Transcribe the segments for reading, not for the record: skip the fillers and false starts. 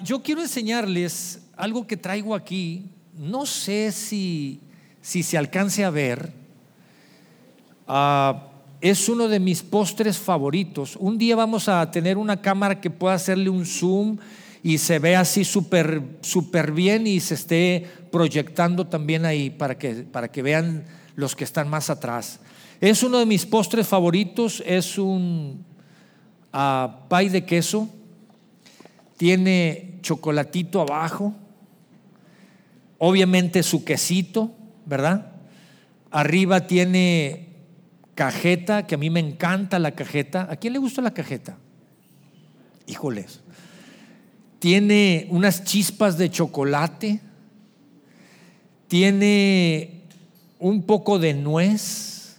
yo quiero enseñarles algo que traigo aquí. No sé si se alcance a ver. Es uno de mis postres favoritos. Un día vamos a tener una cámara que pueda hacerle un zoom y se ve así súper bien y se esté proyectando también ahí para que vean los que están más atrás. Es uno de mis postres favoritos. Es un pie de queso. Tiene chocolatito abajo, obviamente su quesito, ¿verdad? Arriba tiene cajeta, que a mí me encanta la cajeta. ¿A quién le gusta la cajeta? Híjoles. Tiene unas chispas de chocolate, tiene un poco de nuez.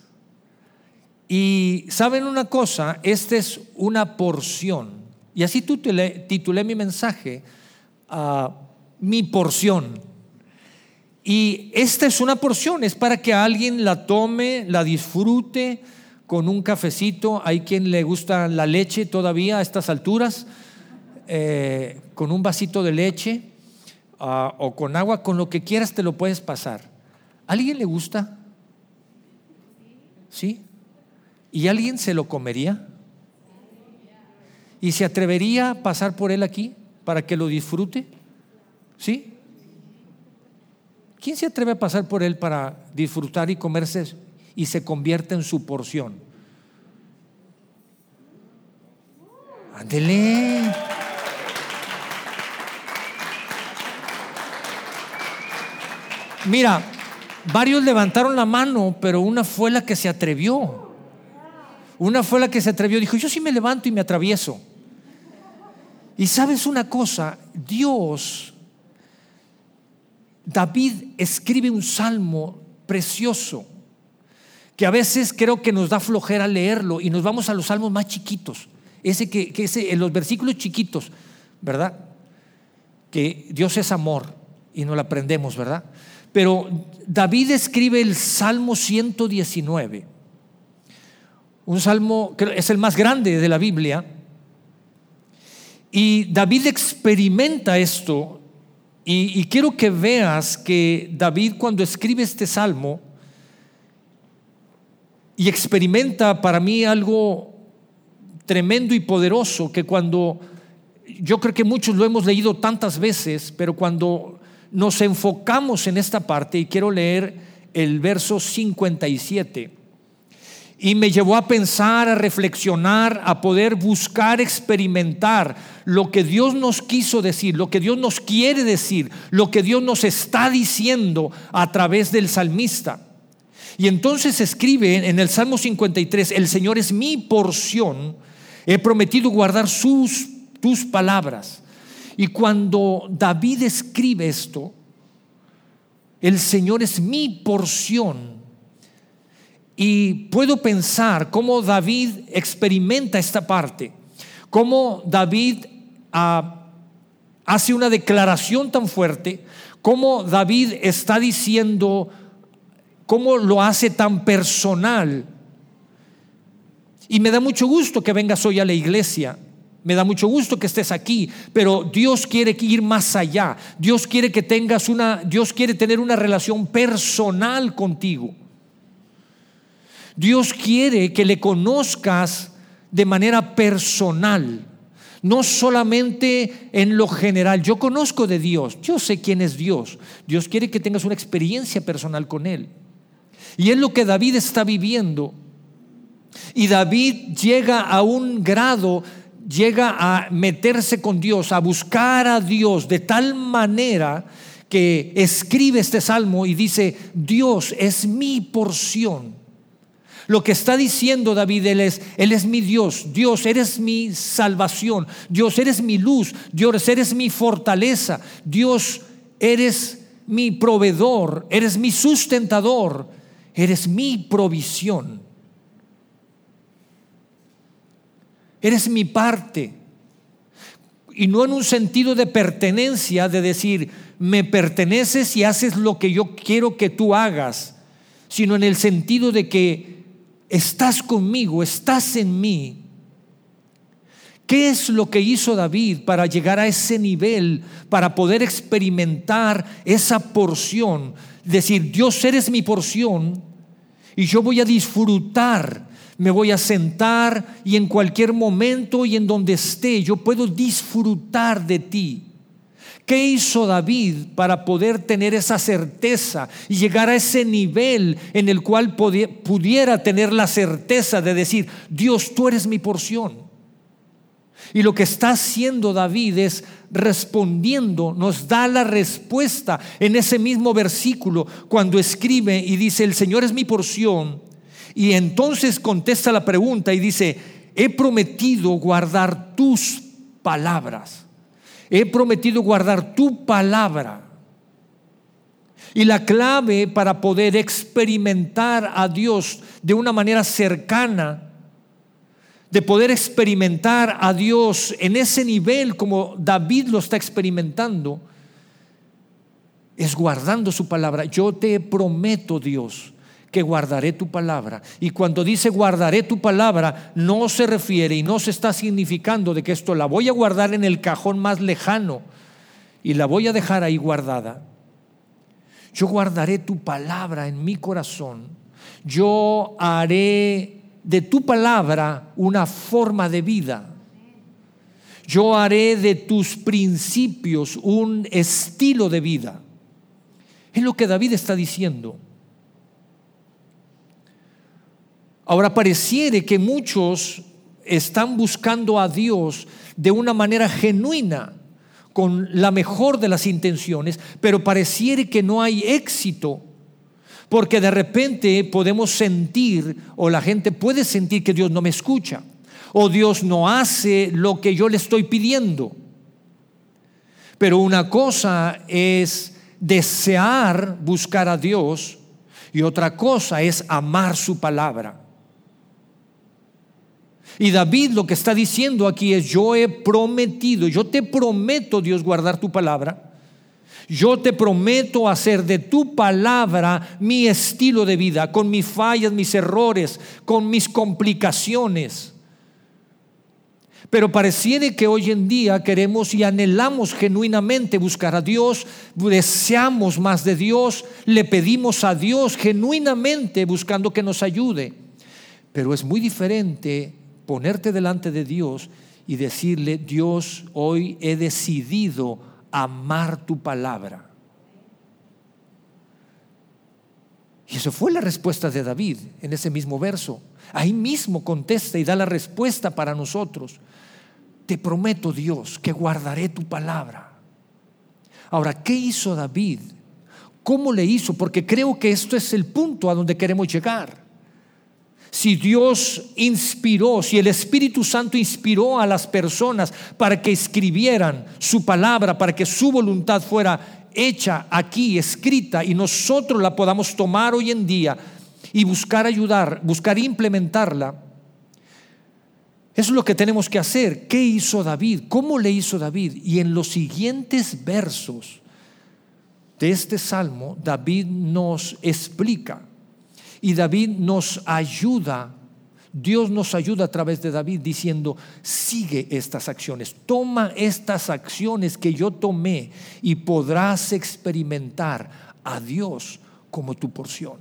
Y ¿saben una cosa? Esta es una porción. Y así titulé mi mensaje, mi porción. Y esta es una porción, es para que alguien la tome, la disfrute con un cafecito. Hay quien le gusta la leche todavía a estas alturas, con un vasito de leche o con agua, con lo que quieras te lo puedes pasar. ¿A alguien le gusta? ¿Sí? ¿Y alguien se lo comería? ¿Y se atrevería a pasar por él aquí para que lo disfrute? ¿Sí? ¿Quién se atreve a pasar por él para disfrutar y comerse y se convierte en su porción? Ándele. Mira, varios levantaron la mano, pero una fue la que se atrevió. Dijo, yo sí me levanto y me atravieso. Y sabes una cosa, David escribe un salmo precioso que a veces creo que nos da flojera leerlo y nos vamos a los salmos más chiquitos, ese en los versículos chiquitos, ¿verdad? Que Dios es amor y nos lo aprendemos, ¿verdad? Pero David escribe el Salmo 119, un salmo que es el más grande de la Biblia. Y David experimenta esto, y quiero que veas que David, cuando escribe este salmo y experimenta, para mí algo tremendo y poderoso, que cuando yo creo que muchos lo hemos leído tantas veces, pero cuando nos enfocamos en esta parte, y quiero leer el verso 57, y me llevó a pensar, a reflexionar, a poder buscar, experimentar lo que Dios nos quiso decir, lo que Dios nos quiere decir, lo que Dios nos está diciendo a través del salmista. Y entonces escribe en el Salmo 53, el Señor es mi porción, he prometido guardar tus palabras. Y cuando David escribe esto, el Señor es mi porción, y puedo pensar cómo David experimenta esta parte, cómo David hace una declaración tan fuerte, cómo David está diciendo, cómo lo hace tan personal. Y me da mucho gusto que vengas hoy a la iglesia, me da mucho gusto que estés aquí, pero Dios quiere ir más allá. Dios quiere que Dios quiere tener una relación personal contigo. Dios quiere que le conozcas de manera personal, no solamente en lo general. Yo conozco de Dios, yo sé quién es Dios. Dios quiere que tengas una experiencia personal con Él. Y es lo que David está viviendo. Y David llega a un grado, llega a meterse con Dios, a buscar a Dios de tal manera que escribe este salmo y dice, Dios es mi porción. Lo que está diciendo David, Él es mi Dios. Dios, eres mi salvación. Dios, eres mi luz. Dios, eres mi fortaleza. Dios, eres mi proveedor. Eres mi sustentador. Eres mi provisión. Eres mi parte. Y no en un sentido de pertenencia, de decir, me perteneces y haces lo que yo quiero que tú hagas, sino en el sentido de que estás conmigo, estás en mí. ¿Qué es lo que hizo David para llegar a ese nivel, para poder experimentar esa porción? Decir, Dios, eres mi porción y yo voy a disfrutar, me voy a sentar y en cualquier momento y en donde esté, yo puedo disfrutar de ti. ¿Qué hizo David para poder tener esa certeza y llegar a ese nivel en el cual pudiera tener la certeza de decir, Dios, tú eres mi porción? Y lo que está haciendo David es respondiendo, nos da la respuesta en ese mismo versículo cuando escribe y dice, el Señor es mi porción. Y entonces contesta la pregunta y dice, he prometido guardar tus palabras. He prometido guardar tu palabra. Y la clave para poder experimentar a Dios de una manera cercana, de poder experimentar a Dios en ese nivel como David lo está experimentando, es guardando su palabra. Yo te prometo, Dios, que guardaré tu palabra. Y cuando dice guardaré tu palabra, no se refiere y no se está significando de que esto la voy a guardar en el cajón más lejano y la voy a dejar ahí guardada. Yo guardaré tu palabra en mi corazón. Yo haré de tu palabra una forma de vida. Yo haré de tus principios un estilo de vida. Es lo que David está diciendo. Ahora pareciere que muchos están buscando a Dios de una manera genuina, con la mejor de las intenciones, pero pareciere que no hay éxito, porque de repente podemos sentir, o la gente puede sentir que Dios no me escucha, o Dios no hace lo que yo le estoy pidiendo. Pero una cosa es desear buscar a Dios y otra cosa es amar su palabra. Y David lo que está diciendo aquí es, yo he prometido, yo te prometo, Dios, guardar tu palabra. Yo te prometo hacer de tu palabra mi estilo de vida, con mis fallas, mis errores, con mis complicaciones. Pero pareciera que hoy en día queremos y anhelamos genuinamente buscar a Dios, deseamos más de Dios, le pedimos a Dios genuinamente buscando que nos ayude. Pero es muy diferente ponerte delante de Dios y decirle, Dios, hoy he decidido amar tu palabra. Y eso fue la respuesta de David en ese mismo verso. Ahí mismo contesta y da la respuesta para nosotros. Te prometo, Dios, que guardaré tu palabra. Ahora, ¿qué hizo David? ¿Cómo le hizo? Porque creo que esto es el punto a donde queremos llegar. Si Dios inspiró, si el Espíritu Santo inspiró a las personas para que escribieran su palabra, para que su voluntad fuera hecha aquí, escrita, y nosotros la podamos tomar hoy en día y buscar ayudar, buscar implementarla, eso es lo que tenemos que hacer. ¿Qué hizo David? ¿Cómo le hizo David? Y en los siguientes versos de este salmo, David nos explica. Y David nos ayuda, Dios nos ayuda a través de David diciendo, sigue estas acciones, toma estas acciones que yo tomé y podrás experimentar a Dios como tu porción.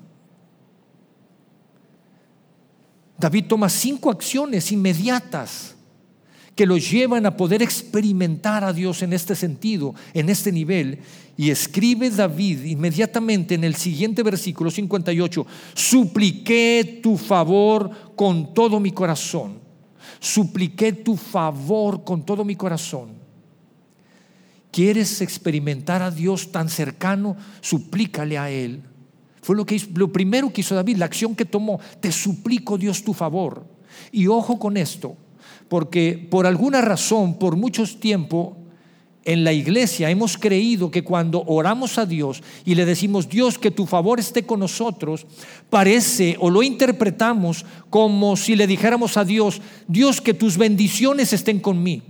David toma 5 acciones inmediatas que lo llevan a poder experimentar a Dios en este sentido, en este nivel. Y escribe David inmediatamente en el siguiente versículo 58, supliqué tu favor con todo mi corazón. Supliqué tu favor con todo mi corazón. ¿Quieres experimentar a Dios tan cercano? Suplícale a Él. Fue lo primero que hizo David, la acción que tomó. Te suplico, Dios, tu favor. Y ojo con esto, porque por alguna razón, por mucho tiempo, en la iglesia hemos creído que cuando oramos a Dios y le decimos, Dios, que tu favor esté con nosotros, parece o lo interpretamos como si le dijéramos a Dios, Dios, que tus bendiciones estén conmigo.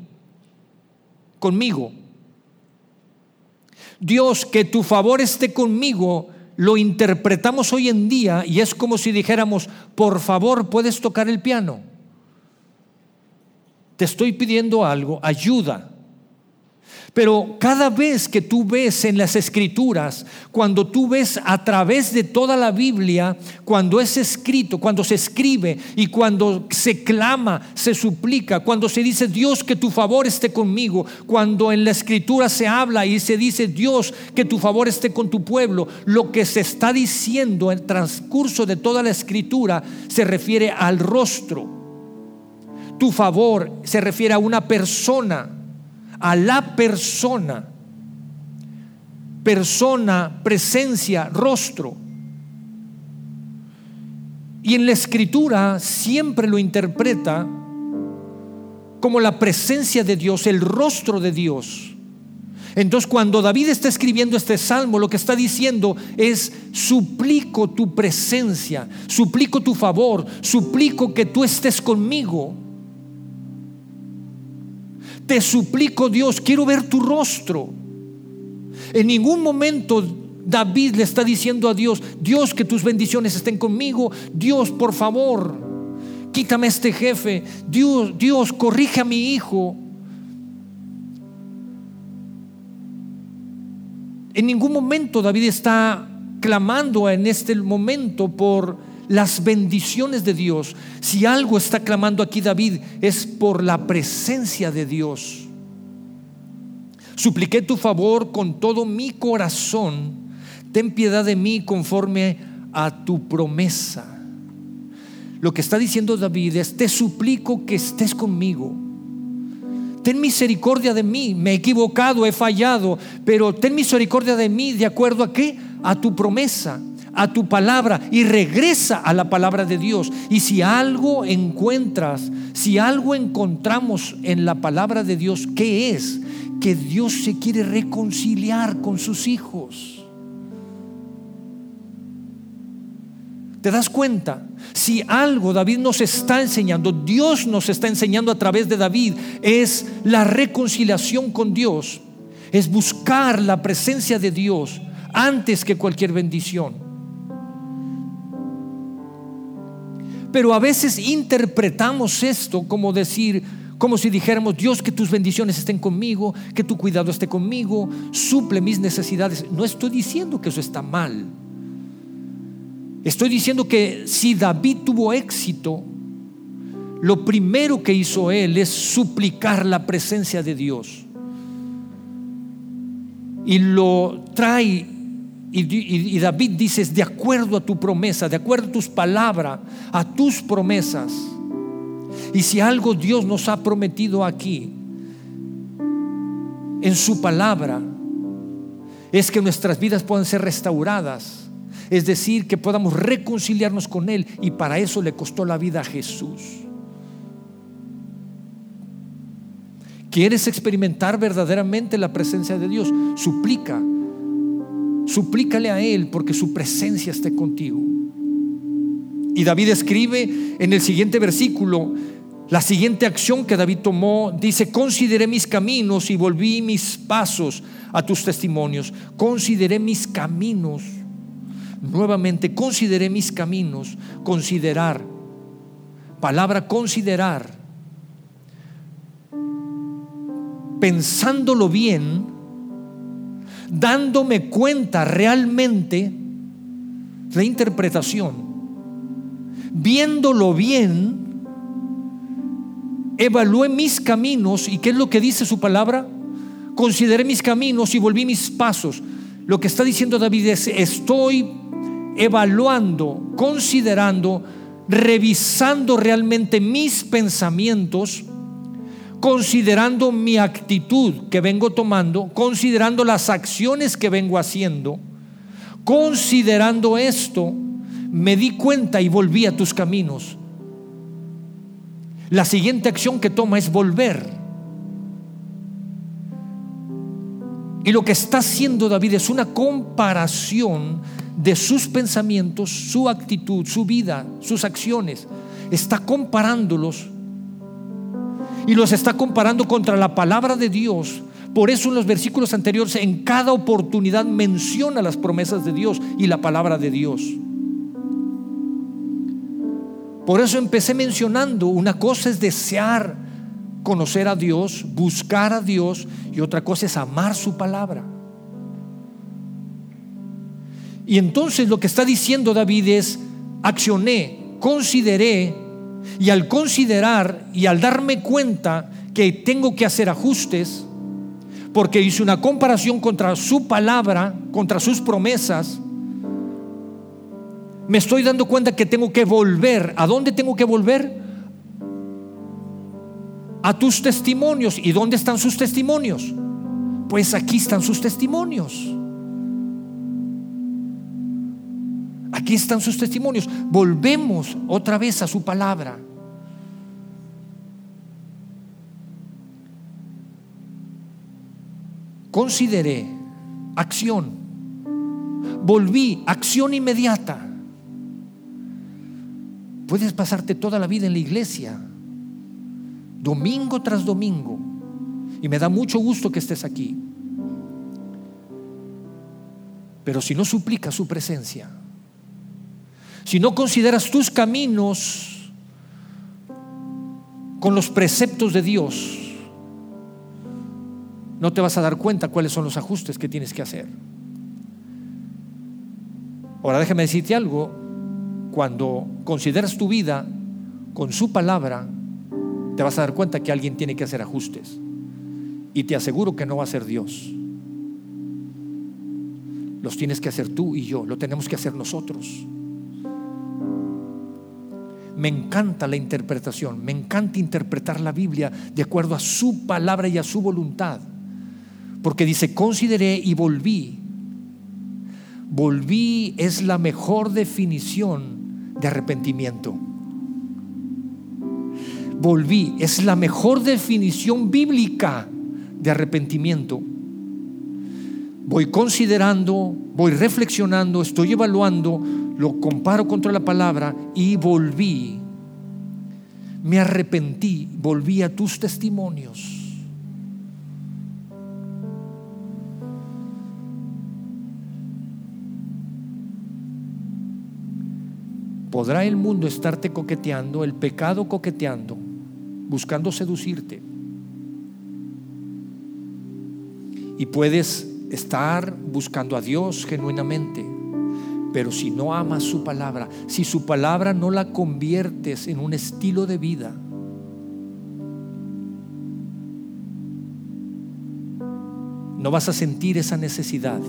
Dios, que tu favor esté conmigo, lo interpretamos hoy en día y es como si dijéramos, por favor, ¿puedes tocar el piano? te estoy pidiendo algo, ayuda. Pero cada vez que tú ves en las Escrituras, cuando tú ves a través de toda la Biblia, cuando es escrito, cuando se escribe y cuando se clama, se suplica, cuando se dice Dios que tu favor esté conmigo, cuando en la Escritura se habla y se dice Dios que tu favor esté con tu pueblo, lo que se está diciendo en el transcurso de toda la Escritura se refiere al rostro. Tu favor se refiere a una persona, a la persona, presencia, rostro. Y en la Escritura siempre lo interpreta como la presencia de Dios, el rostro de Dios. Entonces, cuando David está escribiendo este salmo, lo que está diciendo es: suplico tu presencia, suplico tu favor, suplico que tú estés conmigo. Te suplico, Dios, quiero ver tu rostro. En ningún momento David le está diciendo a Dios: Dios, que tus bendiciones estén conmigo. Dios, por favor, quítame a este jefe. Dios, corrige a mi hijo. En ningún momento David está clamando en este momento por las bendiciones de Dios. Si algo está clamando aquí David, es por la presencia de Dios. Supliqué tu favor con todo mi corazón. Ten piedad de mí conforme a tu promesa. Lo que está diciendo David es: te suplico que estés conmigo. Ten misericordia de mí. Me he equivocado, he fallado, pero ten misericordia de mí. ¿De acuerdo a qué? A tu promesa, a tu palabra, y regresa a la palabra de Dios. Y si algo encuentras, si algo encontramos en la palabra de Dios, ¿qué es? Que Dios se quiere reconciliar con sus hijos. ¿Te das cuenta? Si algo David nos está enseñando, Dios nos está enseñando a través de David, es la reconciliación con Dios, es buscar la presencia de Dios antes que cualquier bendición. Pero a veces interpretamos esto como decir, como si dijéramos: Dios, que tus bendiciones estén conmigo, que tu cuidado esté conmigo, suple mis necesidades. No estoy diciendo que eso está mal. Estoy diciendo que si David tuvo éxito, lo primero que hizo él es suplicar la presencia de Dios. Y lo trae, y David dice: de acuerdo a tu promesa, de acuerdo a tus palabras, a tus promesas. Y si algo Dios nos ha prometido aquí en su palabra, es que nuestras vidas puedan ser restauradas. Es decir, que podamos reconciliarnos con Él, y para eso le costó la vida a Jesús. ¿Quieres experimentar verdaderamente la presencia de Dios? Suplícale a Él, porque su presencia esté contigo. Y David escribe en el siguiente versículo la siguiente acción que David tomó. Dice: consideré mis caminos y volví mis pasos a tus testimonios. Consideré mis caminos. Nuevamente, consideré mis caminos. Considerar, palabra considerar, pensándolo bien, dándome cuenta realmente, reinterpretación, viéndolo bien, evalué mis caminos. ¿Y qué es lo que dice su palabra? Consideré mis caminos y volví mis pasos. Lo que está diciendo David es: estoy evaluando, considerando, revisando realmente mis pensamientos, considerando mi actitud que vengo tomando, considerando las acciones que vengo haciendo. Considerando esto, me di cuenta y volví a tus caminos. La siguiente acción que toma es volver. Y lo que está haciendo David es una comparación de sus pensamientos, su actitud, su vida, sus acciones. Está comparándolos, y los está comparando contra la palabra de Dios. Por eso en los versículos anteriores, en cada oportunidad menciona las promesas de Dios y la palabra de Dios. Por eso empecé mencionando: una cosa es desear conocer a Dios, buscar a Dios, y otra cosa es amar su palabra. Y entonces lo que está diciendo David es: accioné, consideré, y al considerar y al darme cuenta que tengo que hacer ajustes, porque hice una comparación contra su palabra, contra sus promesas, me estoy dando cuenta que tengo que volver. ¿A dónde tengo que volver? A tus testimonios. ¿Y dónde están sus testimonios? Pues aquí están sus testimonios. Aquí están sus testimonios. Volvemos otra vez a su palabra. Consideré, acción. Volví, acción inmediata. Puedes pasarte toda la vida en la iglesia, domingo tras domingo, y me da mucho gusto que estés aquí, pero si no suplicas su presencia, si no consideras tus caminos con los preceptos de Dios, no te vas a dar cuenta cuáles son los ajustes que tienes que hacer. Ahora déjame decirte algo: cuando consideras tu vida con su palabra, te vas a dar cuenta que alguien tiene que hacer ajustes, y te aseguro que no va a ser Dios. Los tienes que hacer tú y yo, lo tenemos que hacer nosotros. Me encanta la interpretación, me encanta interpretar la Biblia de acuerdo a su palabra y a su voluntad, porque dice: consideré y volví. Volví es la mejor definición de arrepentimiento. Volví es la mejor definición bíblica de arrepentimiento. Voy considerando, voy reflexionando, estoy evaluando, lo comparo contra la palabra y volví. Me arrepentí, volví a tus testimonios. Podrá el mundo estarte coqueteando, el pecado coqueteando, buscando seducirte. Y puedes estar buscando a Dios genuinamente, pero si no amas su palabra, si su palabra no la conviertes en un estilo de vida, no vas a sentir esa necesidad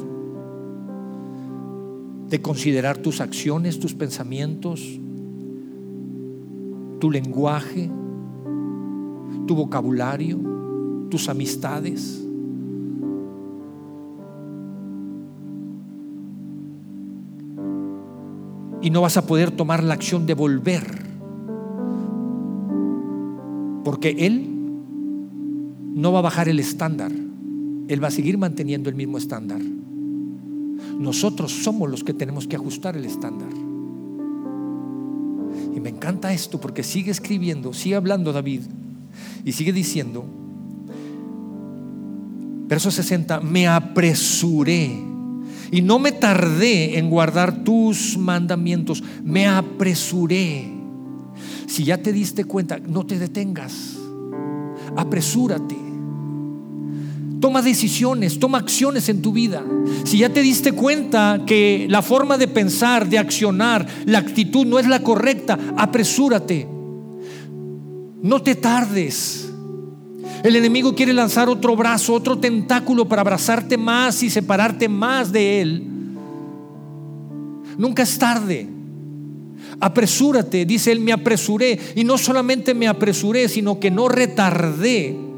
de considerar tus acciones, tus pensamientos, tu lenguaje, tu vocabulario, tus amistades. Y no vas a poder tomar la acción de volver, porque Él no va a bajar el estándar, Él va a seguir manteniendo el mismo estándar. Nosotros somos los que tenemos que ajustar el estándar. Y me encanta esto porque sigue escribiendo, sigue hablando David y sigue diciendo, verso 60: me apresuré y no me tardé en guardar tus mandamientos. Me apresuré. Si ya te diste cuenta, no te detengas, apresúrate. Toma decisiones, toma acciones en tu vida. Si ya te diste cuenta que la forma de pensar, de accionar, la actitud no es la correcta, apresúrate. No te tardes. El enemigo quiere lanzar otro brazo, otro tentáculo para abrazarte más y separarte más de él. Nunca es tarde. Apresúrate, dice él: me apresuré. Y no solamente me apresuré, sino que no retardé.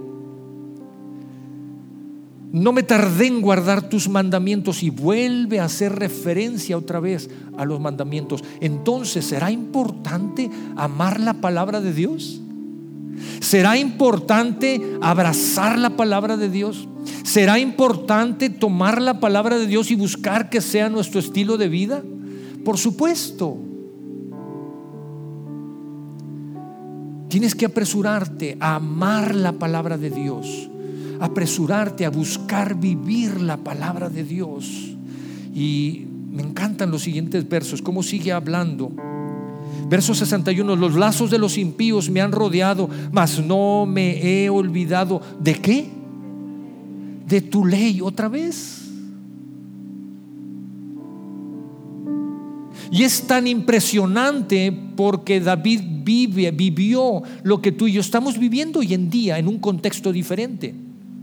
No me tardé en guardar tus mandamientos. Y vuelve a hacer referencia otra vez a los mandamientos. Entonces, ¿será importante amar la palabra de Dios? ¿Será importante abrazar la palabra de Dios? ¿Será importante tomar la palabra de Dios y buscar que sea nuestro estilo de vida? Por supuesto. Tienes que apresurarte a amar la palabra de Dios, apresurarte a buscar vivir la palabra de Dios. Y me encantan los siguientes versos, cómo sigue hablando. Verso 61: los lazos de los impíos me han rodeado, mas no me he olvidado. ¿De qué? De tu ley. Otra vez. Y es tan impresionante porque David vivió lo que tú y yo estamos viviendo hoy en día en un contexto diferente,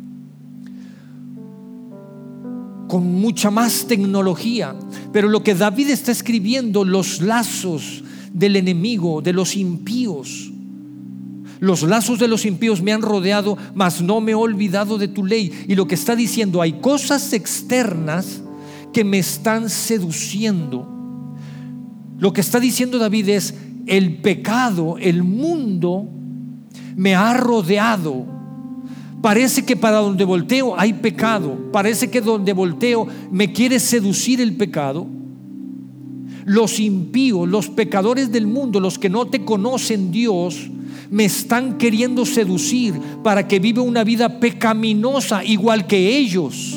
con mucha más tecnología. Pero lo que David está escribiendo, los lazos del enemigo, de los impíos, los lazos de los impíos me han rodeado, mas no me he olvidado de tu ley. Y lo que está diciendo, hay cosas externas que me están seduciendo. Lo que está diciendo David es: el pecado, el mundo me ha rodeado. Parece que para donde volteo hay pecado. Parece que donde volteo me quiere seducir el pecado. Los impíos, los pecadores del mundo, los que no te conocen, Dios, me están queriendo seducir para que viva una vida pecaminosa igual que ellos.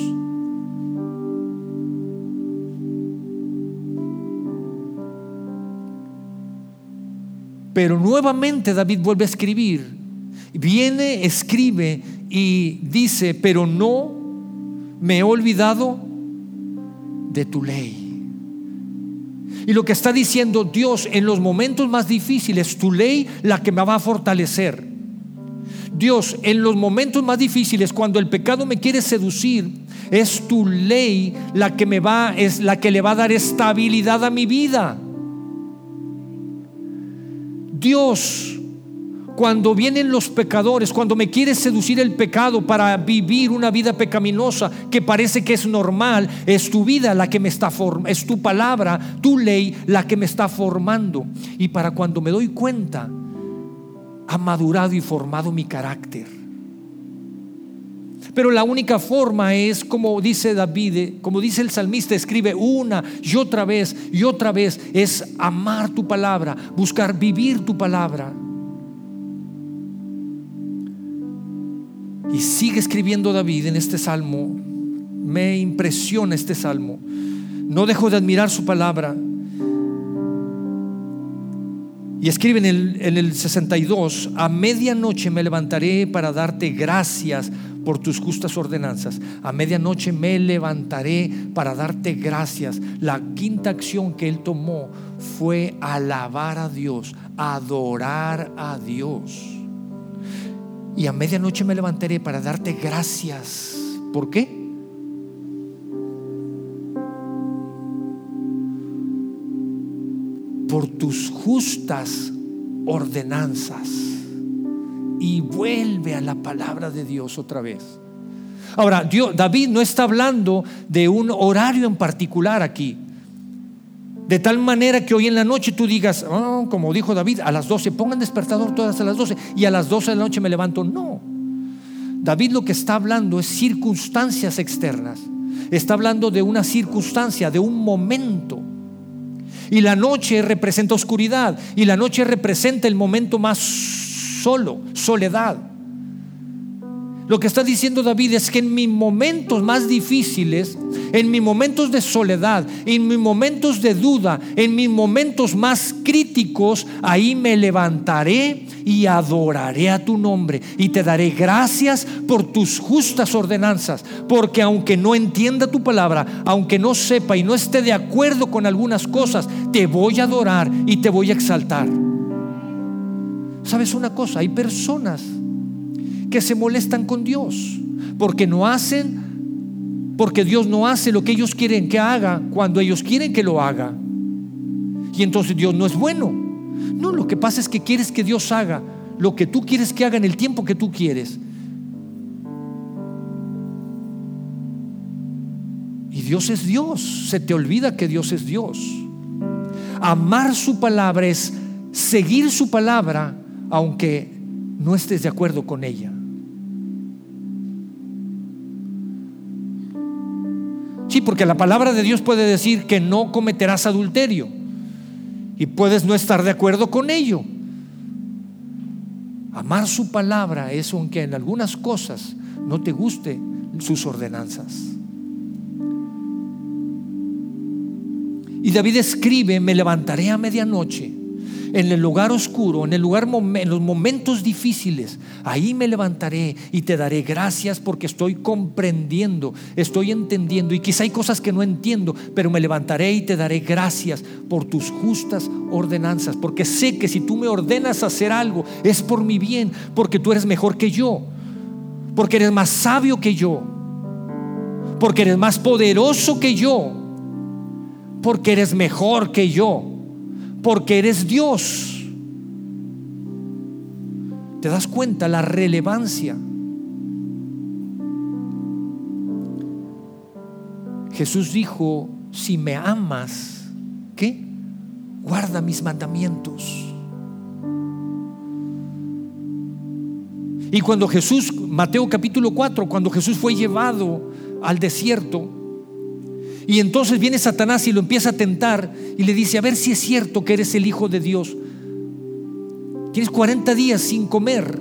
Pero nuevamente David vuelve a escribir. Viene, escribe y dice: pero no me he olvidado de tu ley. Y lo que está diciendo Dios, en los momentos más difíciles, tu ley la que me va a fortalecer. Dios, en los momentos más difíciles, cuando el pecado me quiere seducir, es tu ley la que es la que le va a dar estabilidad a mi vida. Dios, cuando vienen los pecadores, cuando me quiere seducir el pecado para vivir una vida pecaminosa que parece que es normal, es tu vida la que me está formando, es tu palabra, tu ley la que me está formando. Y para cuando me doy cuenta, ha madurado y formado mi carácter. Pero la única forma es, como dice David, como dice el salmista, escribe una y otra vez, es amar tu palabra, buscar vivir tu palabra. Y sigue escribiendo David en este salmo. Me impresiona este salmo. No dejo de admirar su palabra. Y escribe en el 62: a medianoche me levantaré para darte gracias por tus justas ordenanzas. A medianoche me levantaré para darte gracias. La quinta acción que él tomó fue alabar a Dios, adorar a Dios. Y a medianoche me levantaré para darte gracias. ¿Por qué? Por tus justas ordenanzas. Y vuelve a la palabra de Dios otra vez. Ahora, David no está hablando de un horario en particular aquí, de tal manera que hoy en la noche tú digas: oh, como dijo David, a las 12 pongan despertador todas a las 12 y a las 12 de la noche me levanto. No, David lo que está hablando es circunstancias externas. Está hablando de una circunstancia, de un momento. Y la noche representa oscuridad, y la noche representa el momento más soledad. Lo que está diciendo David es que en mis momentos más difíciles, en mis momentos de soledad, en mis momentos de duda, en mis momentos más críticos, ahí me levantaré y adoraré a tu nombre y te daré gracias por tus justas ordenanzas. Porque aunque no entienda tu palabra, aunque no sepa y no esté de acuerdo con algunas cosas, te voy a adorar y te voy a exaltar. ¿Sabes una cosa? Hay personas que se molestan con Dios porque Dios no hace lo que ellos quieren que haga cuando ellos quieren que lo haga, y entonces Dios no es bueno. No, lo que pasa es que quieres que Dios haga lo que tú quieres que haga en el tiempo que tú quieres, y Dios es Dios. Se te olvida que Dios es Dios. Amar su palabra es seguir su palabra aunque no estés de acuerdo con ella. Sí, porque la palabra de Dios puede decir que no cometerás adulterio y puedes no estar de acuerdo con ello. Amar su palabra es aunque en algunas cosas no te guste sus ordenanzas. Y David escribe: me levantaré a medianoche. en el lugar oscuro, en los momentos difíciles, ahí me levantaré y te daré gracias porque estoy comprendiendo, estoy entendiendo, y quizá hay cosas que no entiendo, pero me levantaré y te daré gracias por tus justas ordenanzas, porque sé que si tú me ordenas hacer algo es por mi bien, porque tú eres mejor que yo, porque eres más sabio que yo, porque eres más poderoso que yo, porque eres mejor que yo, porque eres Dios. ¿Te das cuenta la relevancia? Jesús dijo: si me amas, ¿qué? Guarda mis mandamientos. Y cuando Jesús, Mateo capítulo 4, cuando Jesús fue llevado al desierto, y entonces viene Satanás y lo empieza a tentar y le dice: a ver si es cierto que eres el Hijo de Dios. Tienes 40 días sin comer,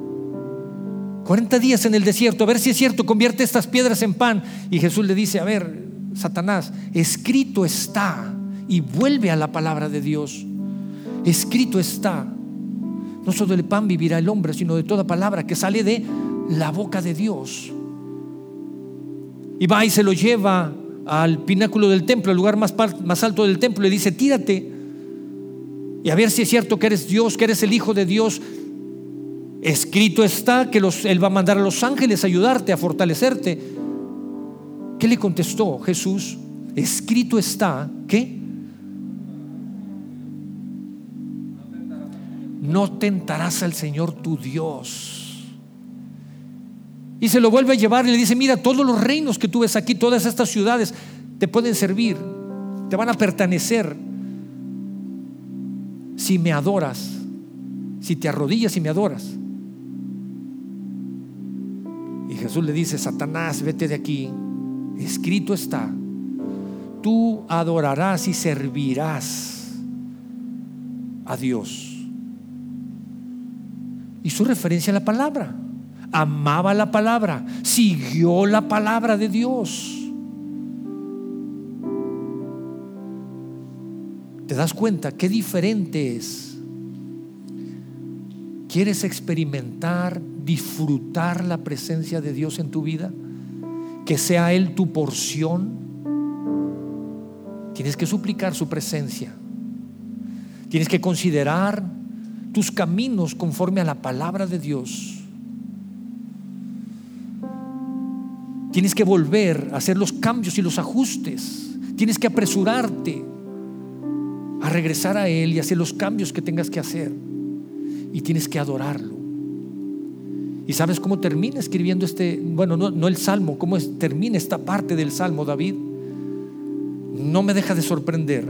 40 días en el desierto, a ver si es cierto, convierte estas piedras en pan. Y Jesús le dice: a ver, Satanás, escrito está. Y vuelve a la palabra de Dios. Escrito está: no solo de pan vivirá el hombre, sino de toda palabra que sale de la boca de Dios. Y va y se lo lleva al pináculo del templo, el lugar más alto del templo. Le dice: tírate y a ver si es cierto que eres Dios, que eres el Hijo de Dios. Escrito está que Él va a mandar a los ángeles a ayudarte, a fortalecerte. ¿Qué le contestó Jesús? Escrito está, ¿qué? No tentarás al Señor tu Dios. Y se lo vuelve a llevar y le dice: mira, todos los reinos que tú ves aquí, todas estas ciudades te pueden servir, te van a pertenecer si me adoras, si te arrodillas y me adoras. Y Jesús le dice: Satanás, vete de aquí. Escrito está: tú adorarás y servirás a Dios. Hizo referencia a la palabra, amaba la palabra, siguió la palabra de Dios. ¿Te das cuenta qué diferente es? ¿Quieres experimentar, disfrutar la presencia de Dios en tu vida? Que sea Él tu porción. Tienes que suplicar su presencia. Tienes que considerar tus caminos conforme a la palabra de Dios. Tienes que volver a hacer los cambios y los ajustes. Tienes que apresurarte a regresar a Él y hacer los cambios que tengas que hacer. Y tienes que adorarlo. ¿Y sabes cómo termina escribiendo no el salmo, cómo termina esta parte del salmo David? No me deja de sorprender.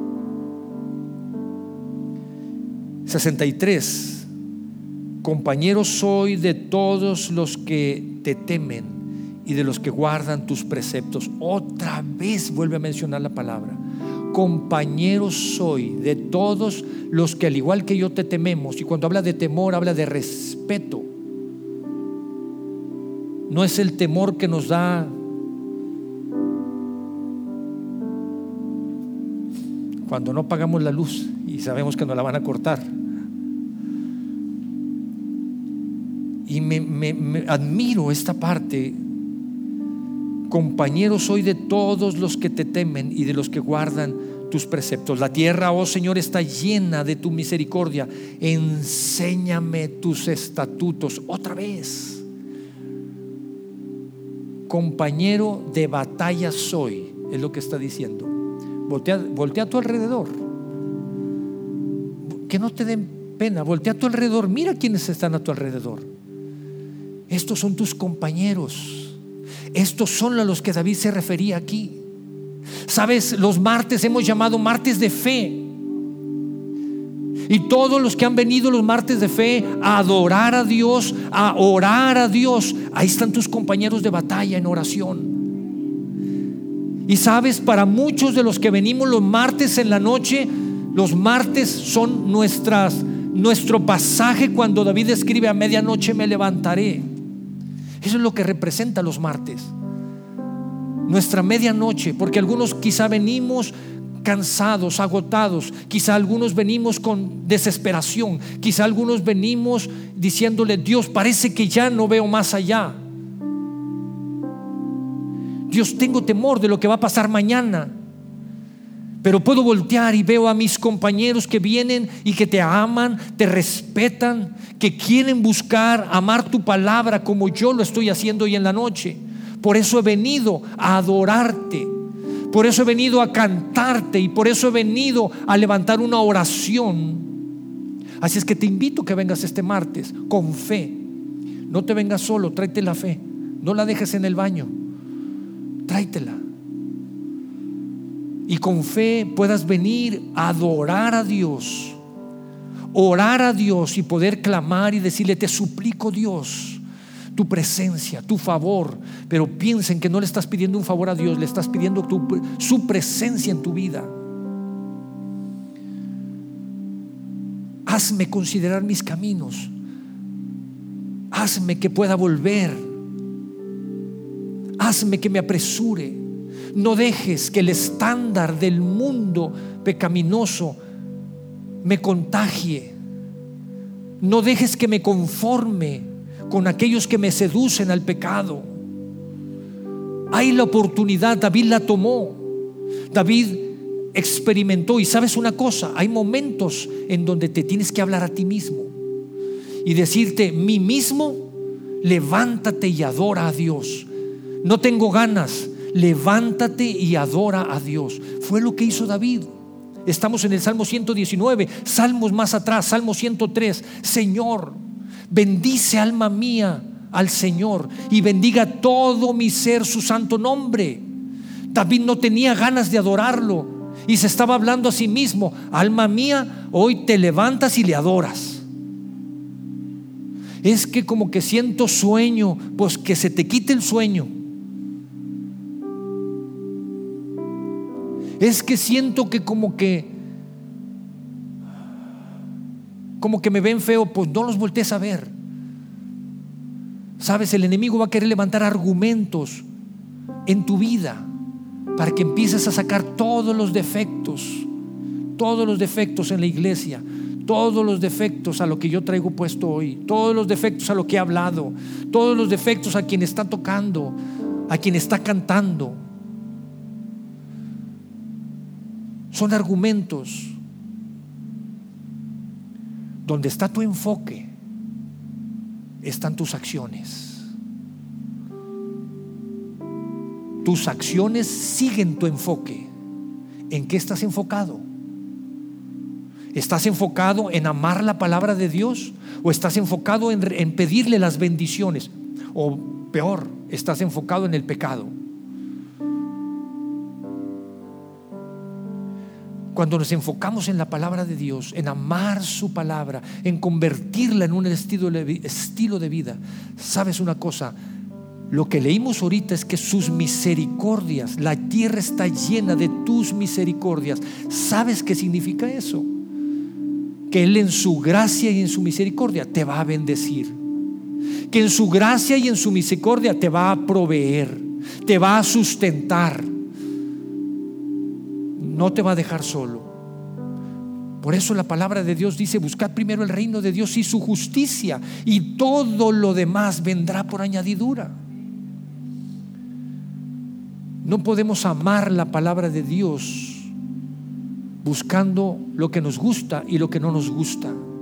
63. Compañero soy de todos los que te temen y de los que guardan tus preceptos. Otra vez vuelve a mencionar la palabra. Compañero soy de todos los que al igual que yo te tememos. Y cuando habla de temor, habla de respeto. No es el temor que nos da cuando no pagamos la luz y sabemos que nos la van a cortar. Y me admiro esta parte. Compañero soy de todos los que te temen y de los que guardan tus preceptos. La tierra, oh Señor, está llena de tu misericordia. Enséñame tus estatutos. Otra vez. Compañero de batalla soy, es lo que está diciendo. Voltea a tu alrededor. Que no te den pena. Voltea a tu alrededor. Mira quiénes están a tu alrededor. Estos son tus compañeros. Estos son a los que David se refería aquí. Sabes, los martes hemos llamado martes de fe. Y todos los que han venido los martes de fe a adorar a Dios, a orar a Dios, ahí están tus compañeros de batalla en oración. Y sabes, para muchos de los que venimos los martes en la noche, los martes son nuestro pasaje cuando David escribe: a medianoche me levantaré. Eso es lo que representa los martes, nuestra medianoche, porque algunos quizá venimos cansados, agotados. Quizá algunos venimos con desesperación. Quizá algunos venimos diciéndole: Dios, parece que ya no veo más allá. Dios, tengo temor de lo que va a pasar mañana. Pero puedo voltear y veo a mis compañeros que vienen y que te aman, te respetan, que quieren buscar amar tu palabra como yo lo estoy haciendo hoy en la noche. Por eso he venido a adorarte, por eso he venido a cantarte y por eso he venido a levantar una oración. Así es que te invito a que vengas este martes con fe. No te vengas solo, tráete la fe. No la dejes en el baño, tráetela. Y con fe puedas venir a adorar a Dios, orar a Dios y poder clamar y decirle: te suplico, Dios, tu presencia, tu favor. Pero piensen que no le estás pidiendo un favor a Dios, le estás pidiendo su presencia en tu vida. Hazme considerar mis caminos, hazme que pueda volver, hazme que me apresure. No dejes que el estándar del mundo pecaminoso me contagie. No dejes que me conforme con aquellos que me seducen al pecado. Hay la oportunidad, David la tomó. David experimentó. Y sabes una cosa, hay momentos en donde te tienes que hablar a ti mismo y decirte: mí mismo, levántate y adora a Dios. No tengo ganas. Levántate y adora a Dios. Fue lo que hizo David. Estamos en el Salmo 119, salmos más atrás, Salmo 103. Señor, bendice, alma mía, al Señor, y bendiga todo mi ser su santo nombre. David no tenía ganas de adorarlo y se estaba hablando a sí mismo: alma mía, hoy te levantas y le adoras. Es que como que siento sueño. Pues que se te quite el sueño. Es que siento que como que me ven feo. Pues no los voltees a ver. Sabes, el enemigo va a querer levantar argumentos en tu vida para que empieces a sacar todos los defectos en la iglesia, todos los defectos a lo que yo traigo puesto hoy, todos los defectos a lo que he hablado, todos los defectos a quien está tocando, a quien está cantando. Son argumentos. Donde está tu enfoque, están tus acciones. Tus acciones siguen tu enfoque. ¿En qué estás enfocado? ¿Estás enfocado en amar la palabra de Dios? ¿O estás enfocado en pedirle las bendiciones? O peor, estás enfocado en el pecado. Cuando nos enfocamos en la palabra de Dios, en amar su palabra, en convertirla en un estilo de vida, ¿sabes una cosa? Lo que leímos ahorita es que sus misericordias, la tierra está llena de tus misericordias. ¿Sabes qué significa eso? Que Él en su gracia y en su misericordia te va a bendecir. Que en su gracia y en su misericordia te va a proveer, te va a sustentar. No te va a dejar solo. Por eso la palabra de Dios dice: buscad primero el reino de Dios y su justicia, y todo lo demás vendrá por añadidura. No podemos amar la palabra de Dios buscando lo que nos gusta y lo que no nos gusta.